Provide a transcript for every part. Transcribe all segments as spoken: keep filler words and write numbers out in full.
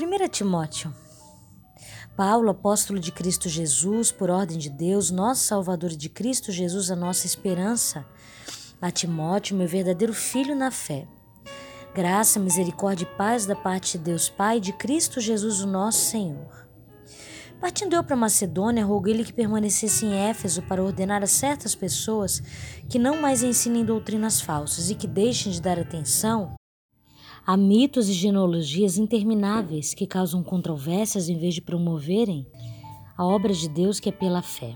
primeiro Timóteo. Paulo, apóstolo de Cristo Jesus, por ordem de Deus, nosso Salvador, e de Cristo Jesus, a nossa esperança, a Timóteo, meu verdadeiro filho na fé. Graça, misericórdia e paz da parte de Deus Pai e de Cristo Jesus, o nosso Senhor. Partindo eu para Macedônia, roguei-lhe que permanecesse em Éfeso para ordenar a certas pessoas que não mais ensinem doutrinas falsas e que deixem de dar atenção a mitos e genealogias intermináveis que causam controvérsias em vez de promoverem a obra de Deus que é pela fé.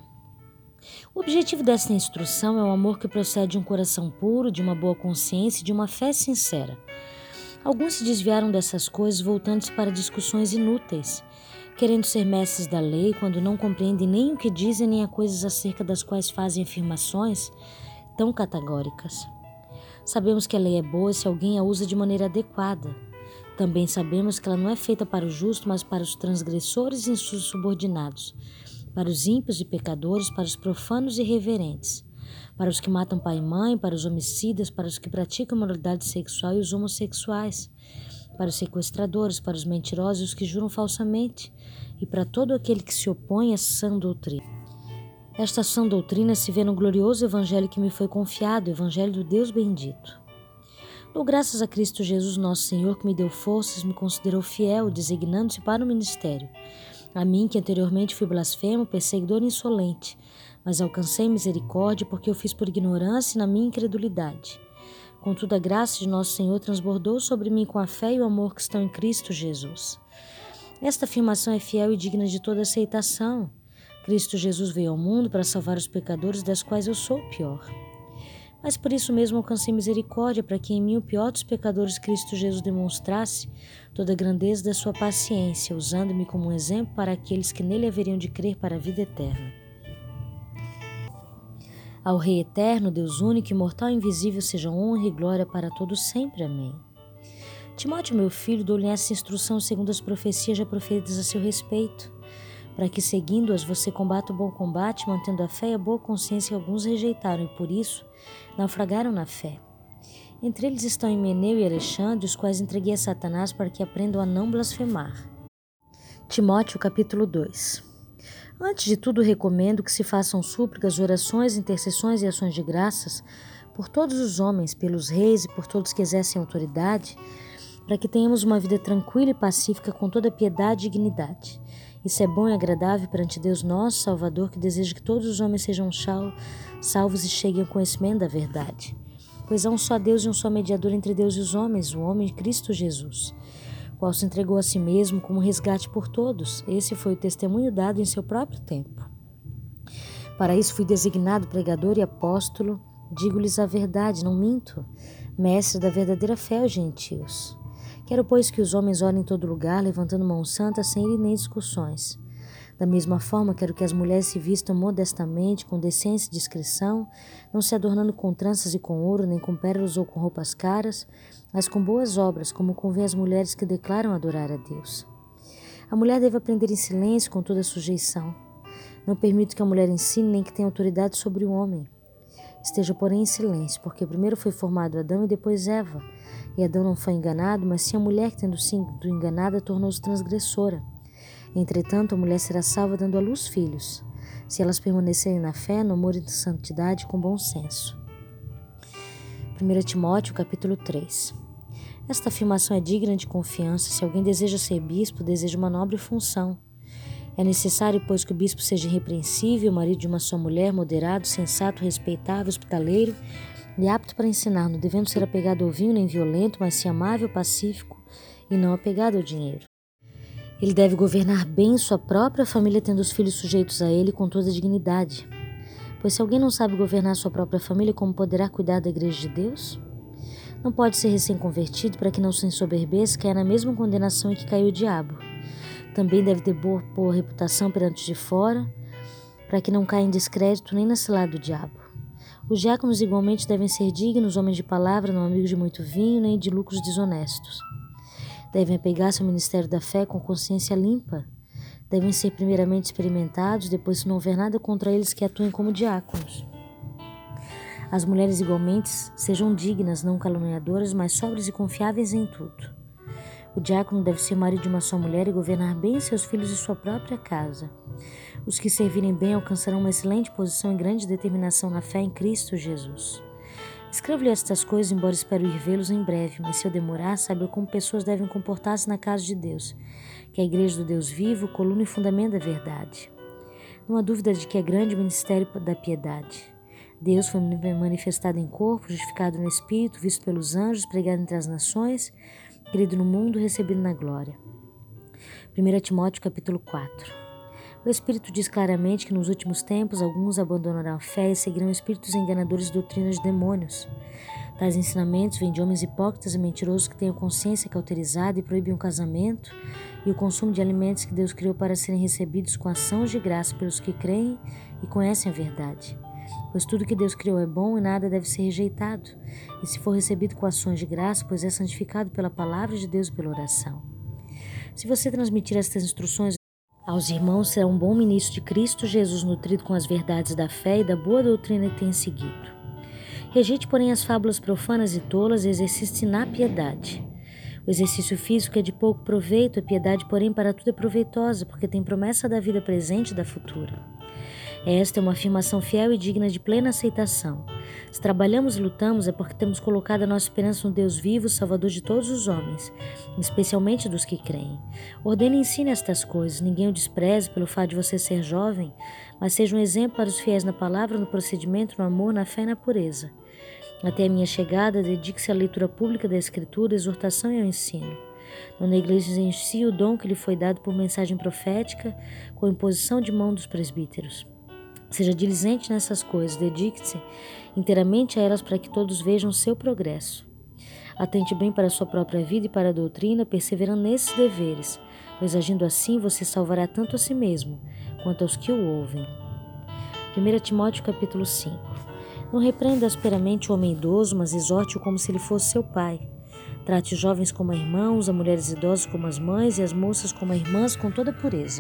O objetivo desta instrução é o amor que procede de um coração puro, de uma boa consciência e de uma fé sincera. Alguns se desviaram dessas coisas, voltando-se para discussões inúteis, querendo ser mestres da lei quando não compreendem nem o que dizem nem a coisas acerca das quais fazem afirmações tão categóricas. Sabemos que a lei é boa se alguém a usa de maneira adequada. Também sabemos que ela não é feita para o justo, mas para os transgressores e seus subordinados, para os ímpios e pecadores, para os profanos e irreverentes, para os que matam pai e mãe, para os homicidas, para os que praticam moralidade sexual e os homossexuais, para os sequestradores, para os mentirosos e os que juram falsamente, e para todo aquele que se opõe à sã doutrina. Esta sã doutrina se vê no glorioso evangelho que me foi confiado, o evangelho do Deus bendito. Dou graças a Cristo Jesus, nosso Senhor, que me deu forças, me considerou fiel, designando-se para o ministério. A mim, que anteriormente fui blasfemo, perseguidor e insolente, mas alcancei misericórdia porque eu fiz por ignorância e na minha incredulidade. Contudo, a graça de nosso Senhor transbordou sobre mim com a fé e o amor que estão em Cristo Jesus. Esta afirmação é fiel e digna de toda aceitação. Cristo Jesus veio ao mundo para salvar os pecadores, das quais eu sou o pior. Mas por isso mesmo alcancei misericórdia, para que em mim, o pior dos pecadores, Cristo Jesus demonstrasse toda a grandeza da sua paciência, usando-me como um exemplo para aqueles que nele haveriam de crer para a vida eterna. Ao Rei eterno, Deus único, imortal e invisível, seja honra e glória para todos sempre. Amém. Timóteo, meu filho, dou-lhe essa instrução segundo as profecias já proferidas a seu respeito, para que, seguindo-as, você combata o bom combate, mantendo a fé e a boa consciência que alguns rejeitaram e, por isso, naufragaram na fé. Entre eles estão Himeneu e Alexandre, os quais entreguei a Satanás para que aprendam a não blasfemar. Timóteo, capítulo dois. Antes de tudo, recomendo que se façam súplicas, orações, intercessões e ações de graças por todos os homens, pelos reis e por todos que exercem autoridade, para que tenhamos uma vida tranquila e pacífica com toda piedade e dignidade. Isso é bom e agradável perante Deus nosso Salvador, que deseja que todos os homens sejam salvos e cheguem ao conhecimento da verdade. Pois há um só Deus e um só mediador entre Deus e os homens, o homem Cristo Jesus, qual se entregou a si mesmo como resgate por todos. Esse foi o testemunho dado em seu próprio tempo. Para isso fui designado pregador e apóstolo, digo-lhes a verdade, não minto, mestre da verdadeira fé aos gentios. Quero, pois, que os homens orem em todo lugar, levantando mão santa, sem ir nem discussões. Da mesma forma, quero que as mulheres se vistam modestamente, com decência e discrição, não se adornando com tranças e com ouro, nem com pérolas ou com roupas caras, mas com boas obras, como convém às mulheres que declaram adorar a Deus. A mulher deve aprender em silêncio, com toda sujeição. Não permito que a mulher ensine, nem que tenha autoridade sobre o homem. Esteja, porém, em silêncio, porque primeiro foi formado Adão e depois Eva. E Adão não foi enganado, mas sim a mulher que, tendo sido enganada, tornou-se transgressora. Entretanto, a mulher será salva dando à luz filhos, se elas permanecerem na fé, no amor e na santidade, com bom senso. primeiro Timóteo, capítulo três. Esta afirmação é digna de confiança. Se alguém deseja ser bispo, deseja uma nobre função. É necessário, pois, que o bispo seja irrepreensível, marido de uma só mulher, moderado, sensato, respeitável, hospitaleiro e apto para ensinar, não devendo ser apegado ao vinho nem violento, mas sim amável, pacífico e não apegado ao dinheiro. Ele deve governar bem sua própria família, tendo os filhos sujeitos a ele com toda a dignidade. Pois se alguém não sabe governar sua própria família, como poderá cuidar da igreja de Deus? Não pode ser recém-convertido para que não se ensoberbeça, caia na mesma condenação em que caiu o diabo. Também deve ter boa, boa reputação perante os de fora, para que não caia em descrédito nem na cilada do diabo. Os diáconos igualmente devem ser dignos, homens de palavra, não amigos de muito vinho, nem de lucros desonestos. Devem apegar-se ao ministério da fé com consciência limpa. Devem ser primeiramente experimentados, depois, se não houver nada contra eles, que atuem como diáconos. As mulheres igualmente sejam dignas, não caluniadoras, mas sóbrias e confiáveis em tudo. O diácono deve ser marido de uma só mulher e governar bem seus filhos e sua própria casa. Os que servirem bem alcançarão uma excelente posição e grande determinação na fé em Cristo Jesus. Escrevo-lhe estas coisas, embora espero ir vê-los em breve, mas se eu demorar, saiba como pessoas devem comportar-se na casa de Deus, que é a igreja do Deus vivo, coluna e fundamento da verdade. Não há dúvida de que é grande o ministério da piedade. Deus foi manifestado em corpo, justificado no Espírito, visto pelos anjos, pregado entre as nações, querido no mundo, recebido na glória. primeira Timóteo capítulo quatro. O Espírito diz claramente que nos últimos tempos alguns abandonarão a fé e seguirão espíritos enganadores de doutrinas de demônios. Tais ensinamentos vêm de homens hipócritas e mentirosos que têm a consciência cauterizada e proíbem o casamento e o consumo de alimentos que Deus criou para serem recebidos com ações de graça pelos que creem e conhecem a verdade. Pois tudo que Deus criou é bom e nada deve ser rejeitado, e se for recebido com ações de graça, pois é santificado pela palavra de Deus e pela oração. Se você transmitir estas instruções aos irmãos, será um bom ministro de Cristo Jesus, nutrido com as verdades da fé e da boa doutrina que tem seguido. Rejeite, porém, as fábulas profanas e tolas e exercite-se na piedade. O exercício físico é de pouco proveito, a piedade, porém, para tudo é proveitosa, porque tem promessa da vida presente e da futura. Esta é uma afirmação fiel e digna de plena aceitação. Se trabalhamos e lutamos é porque temos colocado a nossa esperança no Deus vivo, Salvador de todos os homens, especialmente dos que creem. Ordene e ensine estas coisas, ninguém o despreze pelo fato de você ser jovem, mas seja um exemplo para os fiéis na palavra, no procedimento, no amor, na fé e na pureza. Até a minha chegada, dedique-se à leitura pública da Escritura, à exortação e ao ensino. Não negligencie o dom que lhe foi dado por mensagem profética, com imposição de mão dos presbíteros. Seja diligente nessas coisas, dedique-se inteiramente a elas para que todos vejam seu progresso. Atente bem para a sua própria vida e para a doutrina, perseverando nesses deveres, pois agindo assim você salvará tanto a si mesmo, quanto aos que o ouvem. primeira Timóteo capítulo cinco. Não repreenda asperamente o homem idoso, mas exorte-o como se ele fosse seu pai. Trate os jovens como a irmãos, as mulheres idosas como as mães e as moças como a irmãs com toda pureza.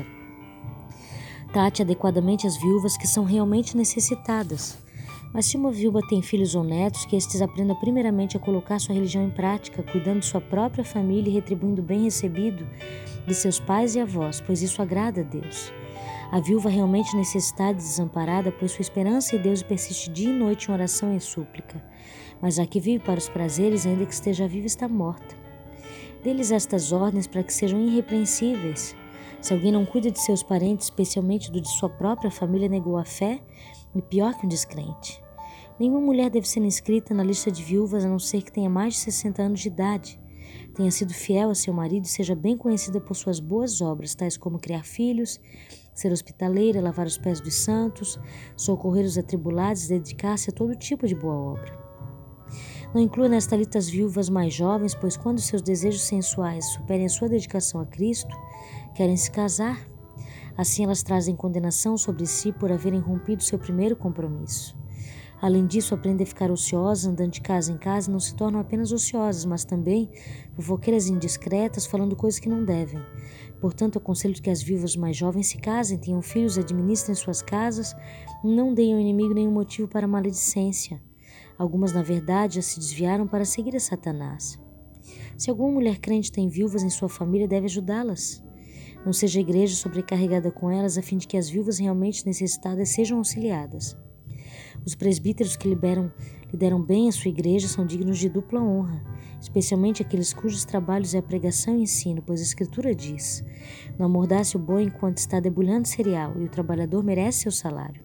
Trate adequadamente as viúvas que são realmente necessitadas. Mas se uma viúva tem filhos ou netos, que estes aprendam primeiramente a colocar sua religião em prática, cuidando de sua própria família e retribuindo o bem recebido de seus pais e avós, pois isso agrada a Deus. A viúva realmente necessitada e desamparada, pois sua esperança em Deus persiste dia e noite em oração e súplica. Mas a que vive para os prazeres, ainda que esteja viva, está morta. Dê-lhes estas ordens para que sejam irrepreensíveis. Se alguém não cuida de seus parentes, especialmente do de sua própria família, negou a fé, e pior que um descrente. Nenhuma mulher deve ser inscrita na lista de viúvas, a não ser que tenha mais de sessenta anos de idade, tenha sido fiel a seu marido e seja bem conhecida por suas boas obras, tais como criar filhos, ser hospitaleira, lavar os pés dos santos, socorrer os atribulados e dedicar-se a todo tipo de boa obra. Não inclua nesta lista as viúvas mais jovens, pois quando seus desejos sensuais superem a sua dedicação a Cristo, querem se casar. Assim elas trazem condenação sobre si por haverem rompido seu primeiro compromisso. Além disso, aprendem a ficar ociosas, andando de casa em casa, e não se tornam apenas ociosas, mas também fofoqueiras indiscretas, falando coisas que não devem. Portanto, aconselho que as viúvas mais jovens se casem, tenham filhos, administrem suas casas, e não deem ao inimigo nenhum motivo para maledicência. Algumas, na verdade, já se desviaram para seguir a Satanás. Se alguma mulher crente tem viúvas em sua família, deve ajudá-las. Não seja a igreja sobrecarregada com elas, a fim de que as viúvas realmente necessitadas sejam auxiliadas. Os presbíteros que liberam, lideram bem a sua igreja são dignos de dupla honra, especialmente aqueles cujos trabalhos é a pregação e ensino, pois a Escritura diz: não amordace o boi enquanto está debulhando cereal, e o trabalhador merece seu salário.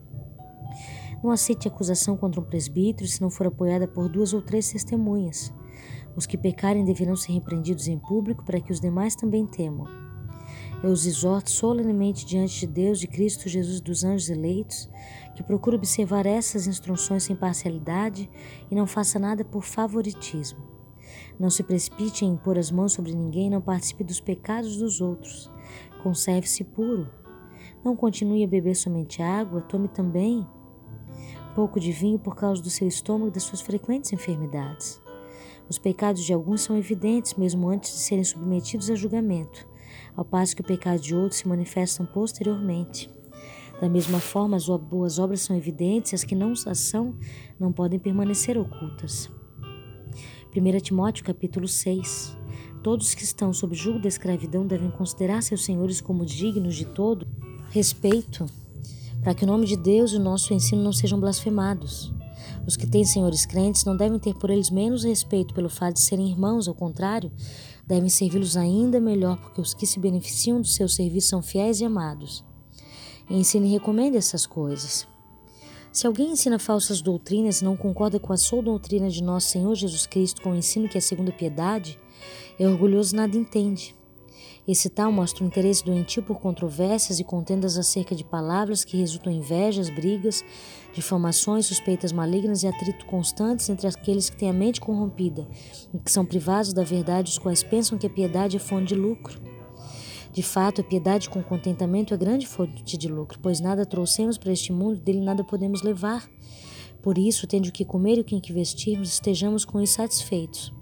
Não aceite acusação contra um presbítero se não for apoiada por duas ou três testemunhas. Os que pecarem deverão ser repreendidos em público para que os demais também temam. Eu os exorto solenemente diante de Deus, de Cristo Jesus e dos anjos eleitos, que procure observar essas instruções sem parcialidade e não faça nada por favoritismo. Não se precipite em impor as mãos sobre ninguém, não participe dos pecados dos outros. Conserve-se puro. Não continue a beber somente água, tome também pouco de vinho por causa do seu estômago e das suas frequentes enfermidades. Os pecados de alguns são evidentes, mesmo antes de serem submetidos a julgamento, ao passo que o pecado de outros se manifestam posteriormente. Da mesma forma, as boas obras são evidentes e as que não as são não podem permanecer ocultas. primeira Timóteo capítulo seis. todos que estão sob julgo da escravidão devem considerar seus senhores como dignos de todo respeito, para que o nome de Deus e o nosso ensino não sejam blasfemados. Os que têm senhores crentes não devem ter por eles menos respeito pelo fato de serem irmãos, ao contrário, devem servi-los ainda melhor, porque os que se beneficiam do seu serviço são fiéis e amados. Ensine e recomende essas coisas. Se alguém ensina falsas doutrinas e não concorda com a sã doutrina de nosso Senhor Jesus Cristo, com o ensino que é segundo a piedade, é orgulhoso e nada entende. Esse tal mostra o interesse doentio por controvérsias e contendas acerca de palavras que resultam em invejas, brigas, difamações, suspeitas malignas e atrito constantes entre aqueles que têm a mente corrompida e que são privados da verdade, os quais pensam que a piedade é fonte de lucro. De fato, a piedade com contentamento é grande fonte de lucro, pois nada trouxemos para este mundo, dele nada podemos levar. Por isso, tendo o que comer e o que vestirmos, estejamos com isso satisfeitos.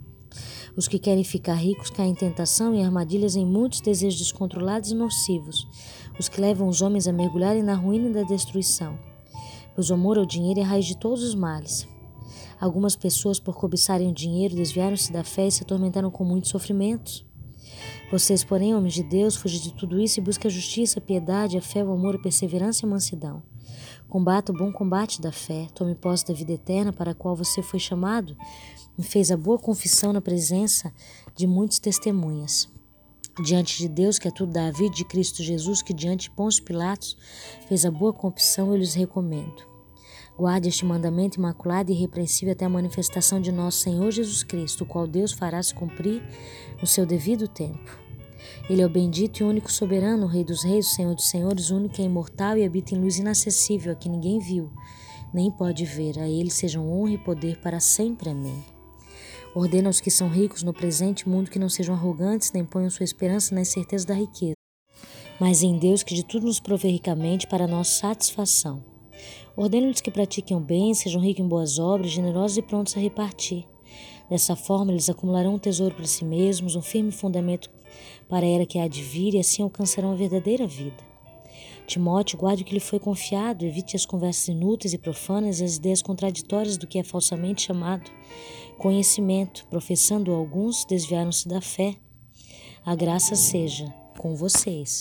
Os que querem ficar ricos caem em tentação e armadilhas em muitos desejos descontrolados e nocivos, os que levam os homens a mergulharem na ruína e da destruição. Pois o amor ao dinheiro é a raiz de todos os males. Algumas pessoas, por cobiçarem o dinheiro, desviaram-se da fé e se atormentaram com muitos sofrimentos. Vocês, porém, homens de Deus, fugem de tudo isso e busquem a justiça, a piedade, a fé, o amor, a perseverança e a mansidão. Combata o bom combate da fé, tome posse da vida eterna para a qual você foi chamado e fez a boa confissão na presença de muitos testemunhas. Diante de Deus, que é tudo da vida, de Cristo Jesus, que diante de Pôncio Pilatos fez a boa confissão, eu lhes recomendo. Guarde este mandamento imaculado e irrepreensível até a manifestação de nosso Senhor Jesus Cristo, o qual Deus fará se cumprir no seu devido tempo. Ele é o bendito e único soberano, o Rei dos Reis, o Senhor dos Senhores, o único e imortal e habita em luz inacessível, a que ninguém viu, nem pode ver. A ele sejam honra e poder para sempre. Amém. Ordena aos que são ricos no presente mundo que não sejam arrogantes, nem ponham sua esperança nas certezas da riqueza, mas em Deus, que de tudo nos provê ricamente para a nossa satisfação. Ordena-lhes que pratiquem o bem, sejam ricos em boas obras, generosos e prontos a repartir. Dessa forma, eles acumularão um tesouro para si mesmos, um firme fundamento para a era que há de vir, e assim alcançarão a verdadeira vida. Timóteo, guarde o que lhe foi confiado, evite as conversas inúteis e profanas e as ideias contraditórias do que é falsamente chamado conhecimento, professando alguns, desviaram-se da fé. A graça seja com vocês.